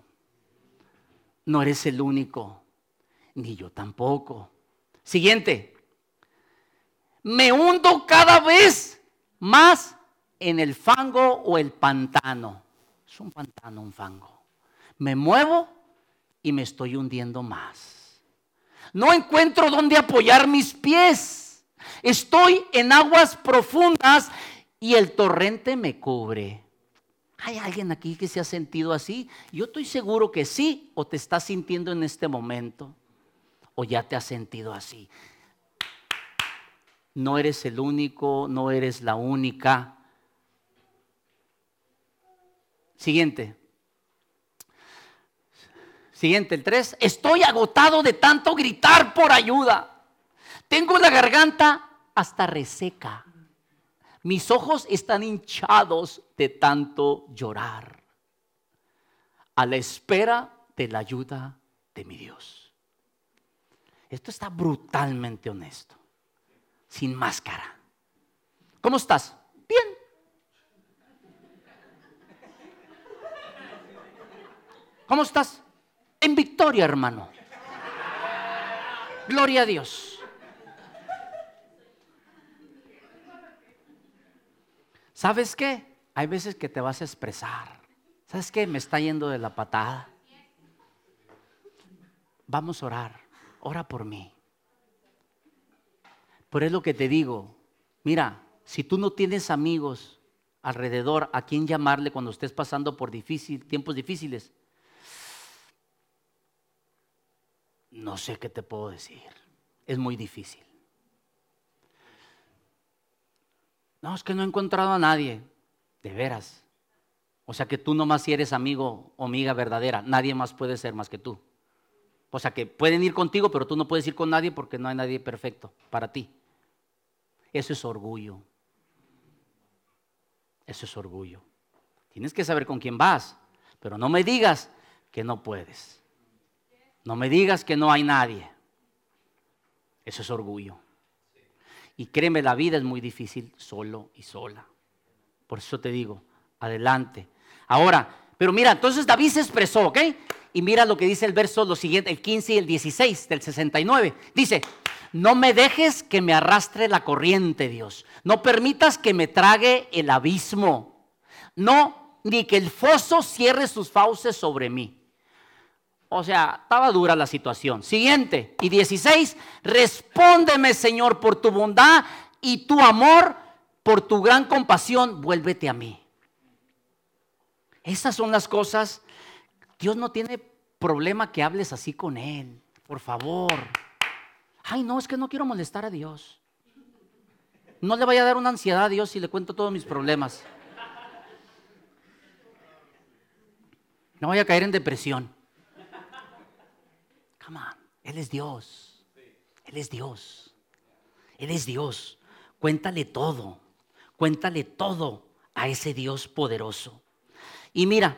Ni yo tampoco. Siguiente. Me hundo cada vez más en el fango o el pantano. Es un pantano, un fango. Me muevo y me estoy hundiendo más. No encuentro dónde apoyar mis pies. Estoy en aguas profundas y el torrente me cubre. ¿Hay alguien aquí que se ha sentido así? Yo estoy seguro que sí, o te estás sintiendo en este momento, o ya te has sentido así. No eres el único, no eres la única. Siguiente, el 3. Estoy agotado de tanto gritar por ayuda. Tengo la garganta hasta reseca. Mis ojos están hinchados de tanto llorar, a la espera de la ayuda de mi Dios. Esto está brutalmente honesto, sin máscara. ¿Cómo estás? Bien. ¿Cómo estás? En victoria, hermano. Gloria a Dios. ¿Sabes qué? Hay veces que te vas a expresar. ¿Sabes qué? Me está yendo de la patada. Vamos a orar. Ora por mí. Pero es lo que te digo. Mira, si tú no tienes amigos alrededor a quien llamarle cuando estés pasando por tiempos difíciles, no sé qué te puedo decir. Es muy difícil. No, es que no he encontrado a nadie. De veras. O sea que tú nomás si eres amigo o amiga verdadera. Nadie más puede ser más que tú. O sea que pueden ir contigo, pero tú no puedes ir con nadie porque no hay nadie perfecto para ti. Eso es orgullo. Eso es orgullo. Tienes que saber con quién vas. Pero no me digas que no puedes. No me digas que no hay nadie. Eso es orgullo. Y créeme, la vida es muy difícil solo y sola. Por eso te digo, adelante. Ahora, pero mira, entonces David se expresó, ¿ok? Y mira lo que dice el verso, lo siguiente, el 15 y el 16 del 69. Dice, no me dejes que me arrastre la corriente, Dios. No permitas que me trague el abismo. No, ni que el foso cierre sus fauces sobre mí. O sea, estaba dura la situación. Siguiente, y 16, respóndeme, Señor, por tu bondad y tu amor, por tu gran compasión, vuélvete a mí. Esas son las cosas. Dios no tiene problema que hables así con Él, por favor. Ay, no, es que no quiero molestar a Dios. No le vaya a dar una ansiedad a Dios si le cuento todos mis problemas. No vaya a caer en depresión. Él es Dios. Él es Dios. Él es Dios. Cuéntale todo. Cuéntale todo a ese Dios poderoso. Y mira,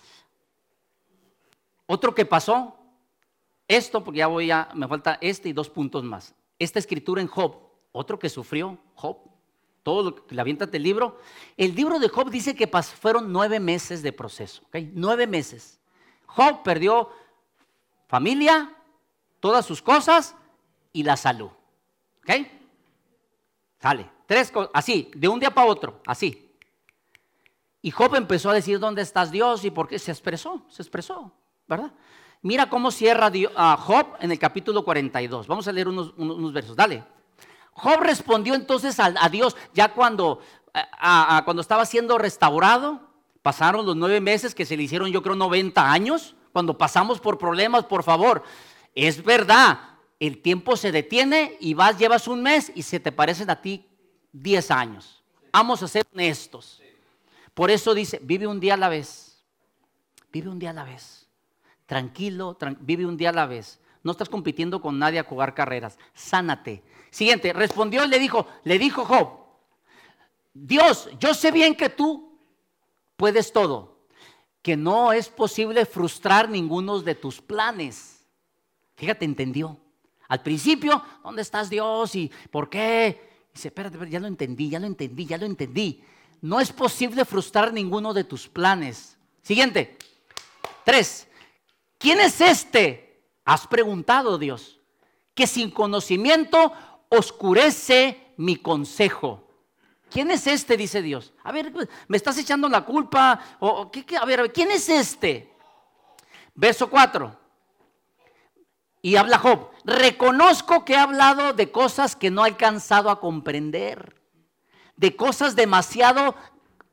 otro que pasó, esto porque me falta este y 2 puntos más. Esta escritura en Job, otro que sufrió, Job, todo lo que le aviéntate el libro. El libro de Job dice que fueron 9 meses de proceso, ¿ok? 9 meses. Job perdió familia, todas sus cosas y la salud. ¿Ok? Sale. 3 cosas, así, de un día para otro, así. Y Job empezó a decir, ¿dónde estás, Dios? Y por qué se expresó, ¿verdad? Mira cómo cierra a Job en el capítulo 42. Vamos a leer unos versos, dale. Job respondió entonces a Dios, ya cuando estaba siendo restaurado, pasaron los 9 meses que se le hicieron, yo creo, 90 años, cuando pasamos por problemas, por favor. Es verdad, el tiempo se detiene y llevas un mes y se te parecen a ti 10 años. Vamos a ser honestos. Por eso dice, vive un día a la vez. Vive un día a la vez. Tranquilo, vive un día a la vez. No estás compitiendo con nadie a jugar carreras. Sánate. Siguiente, respondió y le dijo Job, Dios, yo sé bien que tú puedes todo, que no es posible frustrar ninguno de tus planes. Fíjate, entendió. Al principio, ¿dónde estás, Dios? ¿Y por qué? Dice, espérate, ya lo entendí. No es posible frustrar ninguno de tus planes. Siguiente. 3. ¿Quién es este? Has preguntado, Dios, que sin conocimiento oscurece mi consejo. ¿Quién es este? Dice Dios. A ver, ¿me estás echando la culpa? A ver, ¿quién es este? Verso 4. Y habla Job, reconozco que he hablado de cosas que no he alcanzado a comprender, de cosas demasiado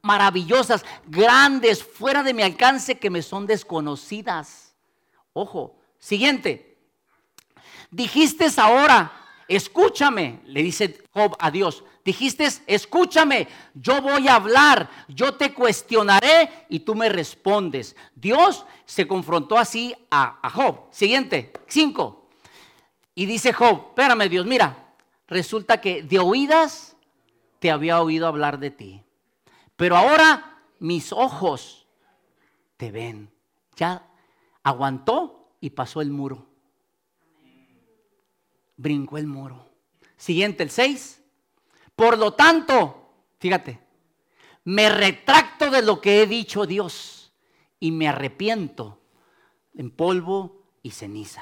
maravillosas, grandes, fuera de mi alcance, que me son desconocidas. Ojo, siguiente. Dijiste ahora, escúchame, le dice Job a Dios. Dijiste, escúchame, yo voy a hablar, yo te cuestionaré y tú me respondes. Dios se confrontó así a Job. Siguiente, 5. Y dice Job, espérame Dios, mira, resulta que de oídas te había oído hablar de ti, pero ahora mis ojos te ven. Ya aguantó y pasó el muro. Brincó el muro. Siguiente, el 6. Por lo tanto, fíjate, me retracto de lo que he dicho, Dios, y me arrepiento en polvo y ceniza.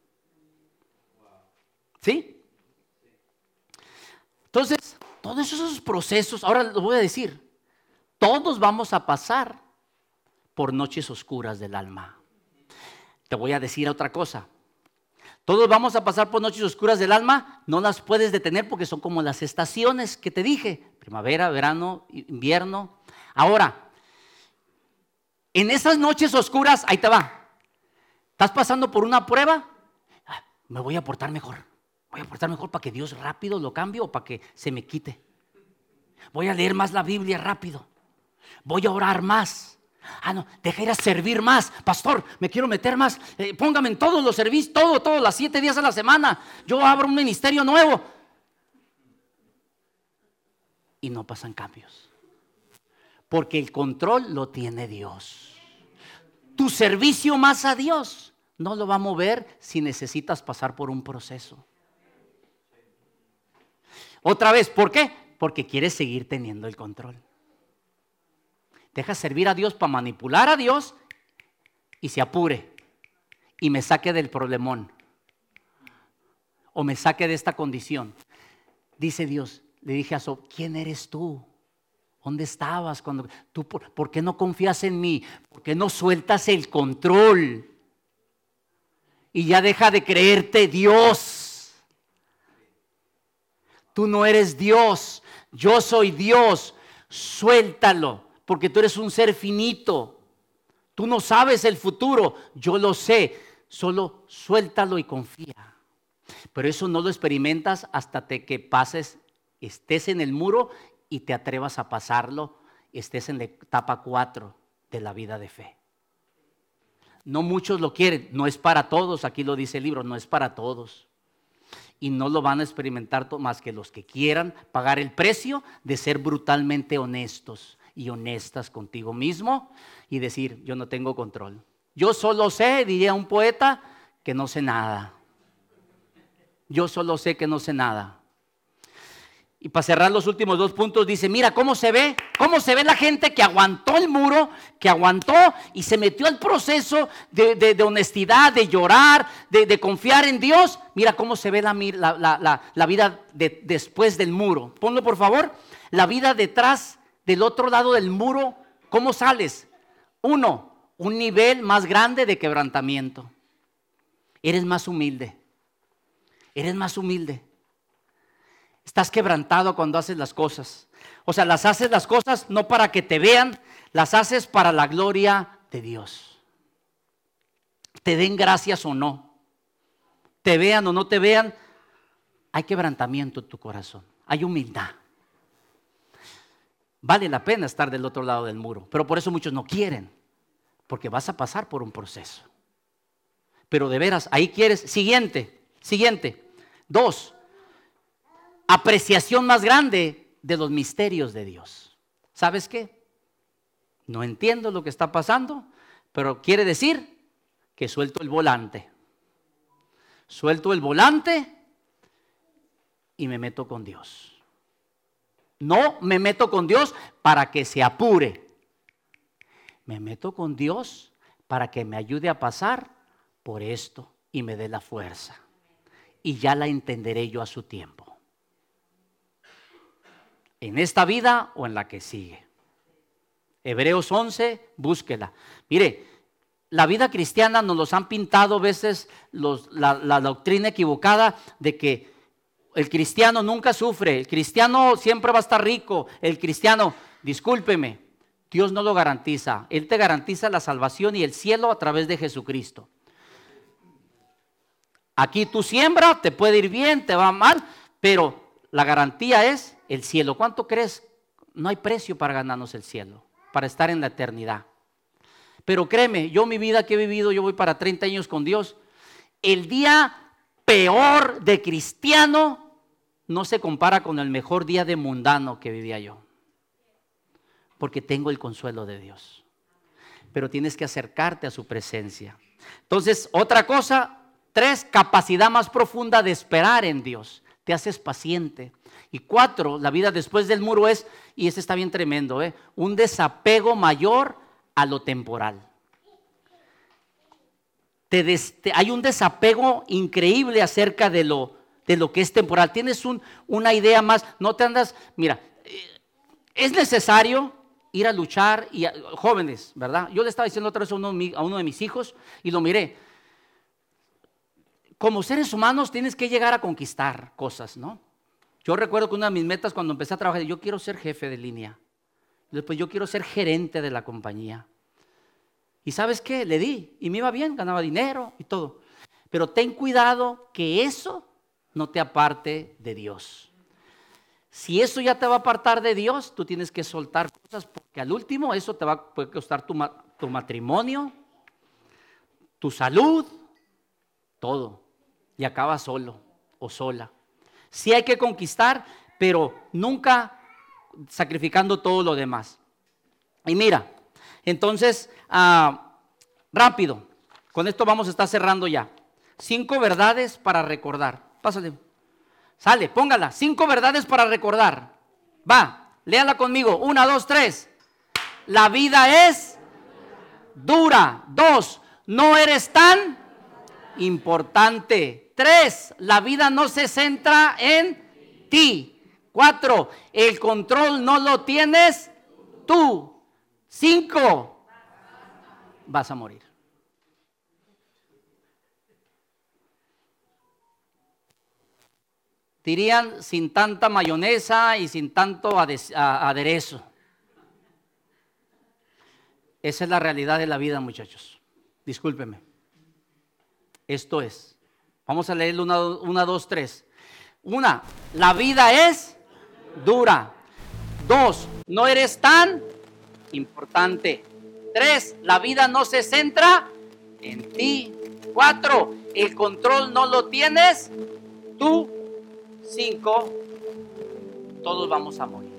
¿Sí? Entonces, todos esos procesos, ahora lo voy a decir, todos vamos a pasar por noches oscuras del alma. Te voy a decir otra cosa. Todos vamos a pasar por noches oscuras del alma, no las puedes detener porque son como las estaciones que te dije, primavera, verano, invierno. Ahora, en esas noches oscuras, ahí te va, ¿estás pasando por una prueba? Me voy a portar mejor, para que Dios rápido lo cambie o para que se me quite. Voy a leer más la Biblia rápido, voy a orar más. No, deja ir a servir más, pastor, me quiero meter más, póngame en todos los servicios, todos las 7 días a la semana, yo abro un ministerio nuevo. Y no pasan cambios, porque el control lo tiene Dios. Tu servicio más a Dios no lo va a mover si necesitas pasar por un proceso. Otra vez, ¿por qué? Porque quieres seguir teniendo el control. Deja servir a Dios para manipular a Dios y se apure y me saque del problemón o me saque de esta condición. Dice Dios, le dije a Job, ¿quién eres tú? ¿Dónde estabas cuando tú? ¿Por qué no confías en mí? ¿Por qué no sueltas el control? Y ya deja de creerte Dios. Tú no eres Dios, yo soy Dios. Suéltalo. Porque tú eres un ser finito. Tú no sabes el futuro. Yo lo sé. Solo suéltalo y confía. Pero eso no lo experimentas hasta que pases, estés en el muro y te atrevas a pasarlo. Estés en la etapa 4 de la vida de fe. No muchos lo quieren. No es para todos. Aquí lo dice el libro. No es para todos. Y no lo van a experimentar más que los que quieran pagar el precio de ser brutalmente honestos y honestas contigo mismo y decir, yo no tengo control. Yo solo sé, diría un poeta, que no sé nada. Yo solo sé que no sé nada. Y para cerrar los últimos 2 puntos, dice, mira cómo se ve la gente que aguantó el muro, que aguantó y se metió al proceso de honestidad, de llorar, de confiar en Dios. Mira cómo se ve la vida después del muro. Ponlo por favor, la vida detrás del otro lado del muro. ¿Cómo sales? 1, un nivel más grande de quebrantamiento. Eres más humilde. Estás quebrantado cuando haces las cosas. O sea, haces las cosas no para que te vean, las haces para la gloria de Dios. Te den gracias o no, te vean o no te vean, hay quebrantamiento en tu corazón, hay humildad. Vale la pena estar del otro lado del muro, pero por eso muchos no quieren, porque vas a pasar por un proceso. Pero de veras, ahí quieres. Siguiente. 2, apreciación más grande de los misterios de Dios. ¿Sabes qué? No entiendo lo que está pasando, pero quiere decir que suelto el volante. Suelto el volante y me meto con Dios. No me meto con Dios para que se apure. Me meto con Dios para que me ayude a pasar por esto y me dé la fuerza. Y ya la entenderé yo a su tiempo. En esta vida o en la que sigue. Hebreos 11, búsquela. Mire, la vida cristiana nos los han pintado a veces la doctrina equivocada de que el cristiano nunca sufre, el cristiano siempre va a estar rico, el cristiano, discúlpeme, Dios no lo garantiza. Él te garantiza la salvación y el cielo a través de Jesucristo. Aquí tú siembras, te puede ir bien, te va mal, pero la garantía es el cielo. ¿Cuánto crees? No hay precio para ganarnos el cielo, para estar en la eternidad. Pero créeme, yo mi vida que he vivido, yo voy para 30 años con Dios. El día peor de cristiano no se compara con el mejor día de mundano que vivía yo. Porque tengo el consuelo de Dios. Pero tienes que acercarte a su presencia. Entonces, otra cosa, 3, capacidad más profunda de esperar en Dios. Te haces paciente. Y 4, la vida después del muro es, y este está bien tremendo, un desapego mayor a lo temporal. Hay un desapego increíble acerca de lo que es temporal. Tienes una idea más, no te andas, mira, es necesario ir a luchar, y jóvenes, ¿verdad? Yo le estaba diciendo otra vez a uno de mis hijos y lo miré. Como seres humanos tienes que llegar a conquistar cosas, ¿no? Yo recuerdo que una de mis metas cuando empecé a trabajar, yo quiero ser jefe de línea. Después yo quiero ser gerente de la compañía. ¿Y sabes qué? Le di y me iba bien, ganaba dinero y todo. Pero ten cuidado que eso no te aparte de Dios. Si eso ya te va a apartar de Dios, tú tienes que soltar cosas porque al último eso te va a poder costar tu matrimonio, tu salud, todo. Y acabas solo o sola. Sí hay que conquistar, pero nunca sacrificando todo lo demás. Y mira, entonces, rápido, con esto vamos a estar cerrando ya. 5 verdades para recordar. Pásale. Sale, póngala. 5 verdades para recordar. Va, léala conmigo. 1, 2, 3. La vida es dura. 2, no eres tan importante. 3, la vida no se centra en ti. 4, el control no lo tienes tú. 5, vas a morir. Dirían sin tanta mayonesa y sin tanto aderezo. Esa es la realidad de la vida, muchachos. Discúlpenme. Esto es. Vamos a leerlo 1, 2, 3. 1, la vida es dura. 2, no eres tan importante. 3, la vida no se centra en ti. 4, el control no lo tienes tú. 5, todos vamos a morir.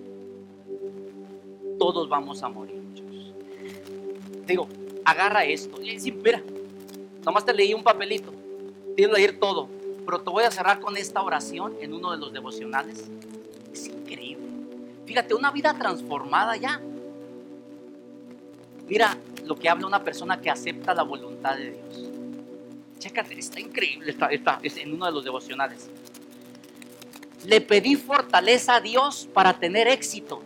Todos vamos a morir, muchachos. Digo, agarra esto. Mira, nomás te leí un papelito. Tienes que leer todo. Pero te voy a cerrar con esta oración en uno de los devocionales. Es increíble. Fíjate, una vida transformada ya. Mira lo que habla una persona que acepta la voluntad de Dios. Chécate, está increíble. Es en uno de los devocionales. Le pedí fortaleza a Dios para tener éxito.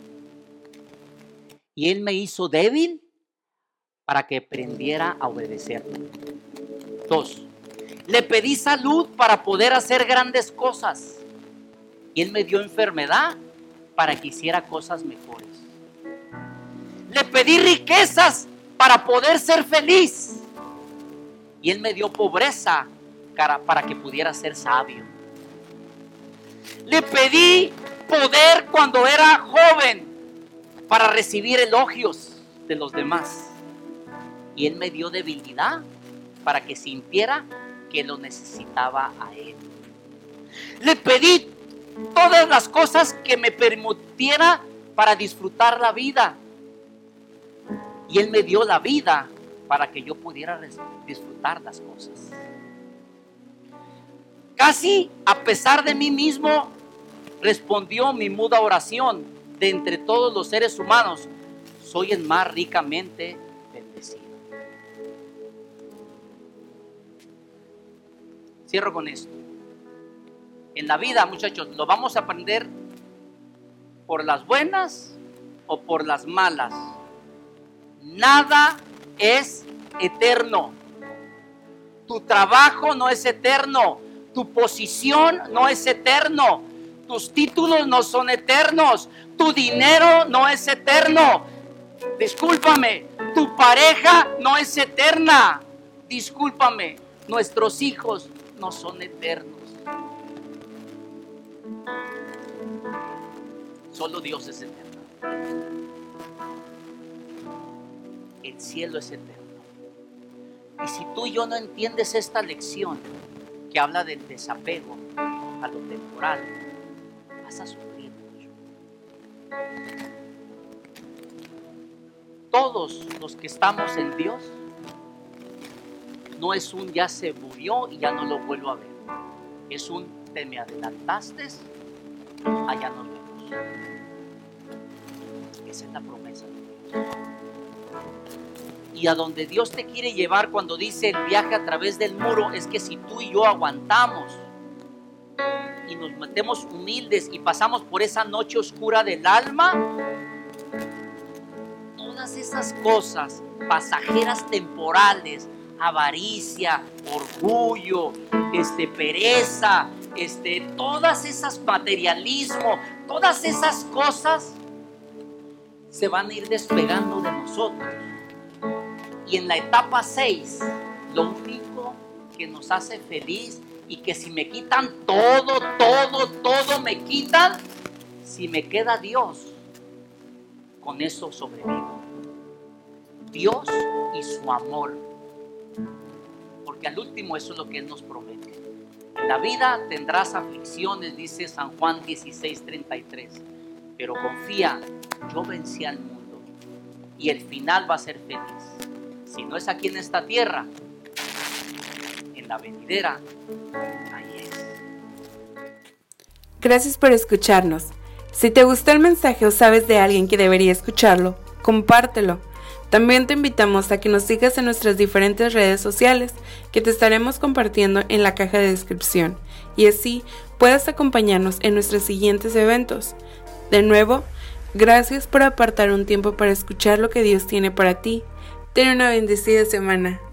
Y Él me hizo débil para que aprendiera a obedecerle. 2, le pedí salud para poder hacer grandes cosas. Y Él me dio enfermedad para que hiciera cosas mejores. Le pedí riquezas para poder ser feliz. Y Él me dio pobreza para que pudiera ser sabio. Le pedí poder cuando era joven para recibir elogios de los demás. Y Él me dio debilidad para que sintiera que lo necesitaba a Él. Le pedí todas las cosas que me permitiera para disfrutar la vida. Y Él me dio la vida para que yo pudiera disfrutar las cosas. Casi a pesar de mí mismo, respondió mi muda oración. De entre todos los seres humanos, soy el más ricamente bendecido. Cierro con esto. En la vida, muchachos, lo vamos a aprender por las buenas o por las malas. Nada es eterno. Tu trabajo no es eterno. Tu posición no es eterno. Tus títulos no son eternos. Tu dinero no es eterno. Discúlpame, tu pareja no es eterna. Discúlpame, nuestros hijos no son eternos. Solo Dios es eterno. El cielo es eterno. Y si tú y yo no entiendes esta lección que habla del desapego a lo temporal, vas a sufrir mucho. Todos los que estamos en Dios, no es un ya se murió y ya no lo vuelvo a ver. Es un te me adelantaste, allá nos vemos. Esa es la promesa de Dios. Y a donde Dios te quiere llevar cuando dice el viaje a través del muro, es que si tú y yo aguantamos y nos metemos humildes y pasamos por esa noche oscura del alma, todas esas cosas pasajeras temporales, avaricia, orgullo, pereza, todas esas materialismo, todas esas cosas se van a ir despegando de nosotros. Y en la etapa 6, lo único que nos hace feliz, y que si me quitan todo me quitan, si me queda Dios, con eso sobrevivo. Dios y su amor, porque al último eso es lo que Él nos promete. En la vida tendrás aflicciones, dice San Juan 16:33, pero confía, yo vencí al mundo y el final va a ser feliz. Si no es aquí en esta tierra, en la venidera, ahí es. Gracias por escucharnos. Si te gustó el mensaje o sabes de alguien que debería escucharlo, compártelo. También te invitamos a que nos sigas en nuestras diferentes redes sociales que te estaremos compartiendo en la caja de descripción y así puedas acompañarnos en nuestros siguientes eventos. De nuevo, gracias por apartar un tiempo para escuchar lo que Dios tiene para ti. Ten una bendecida semana.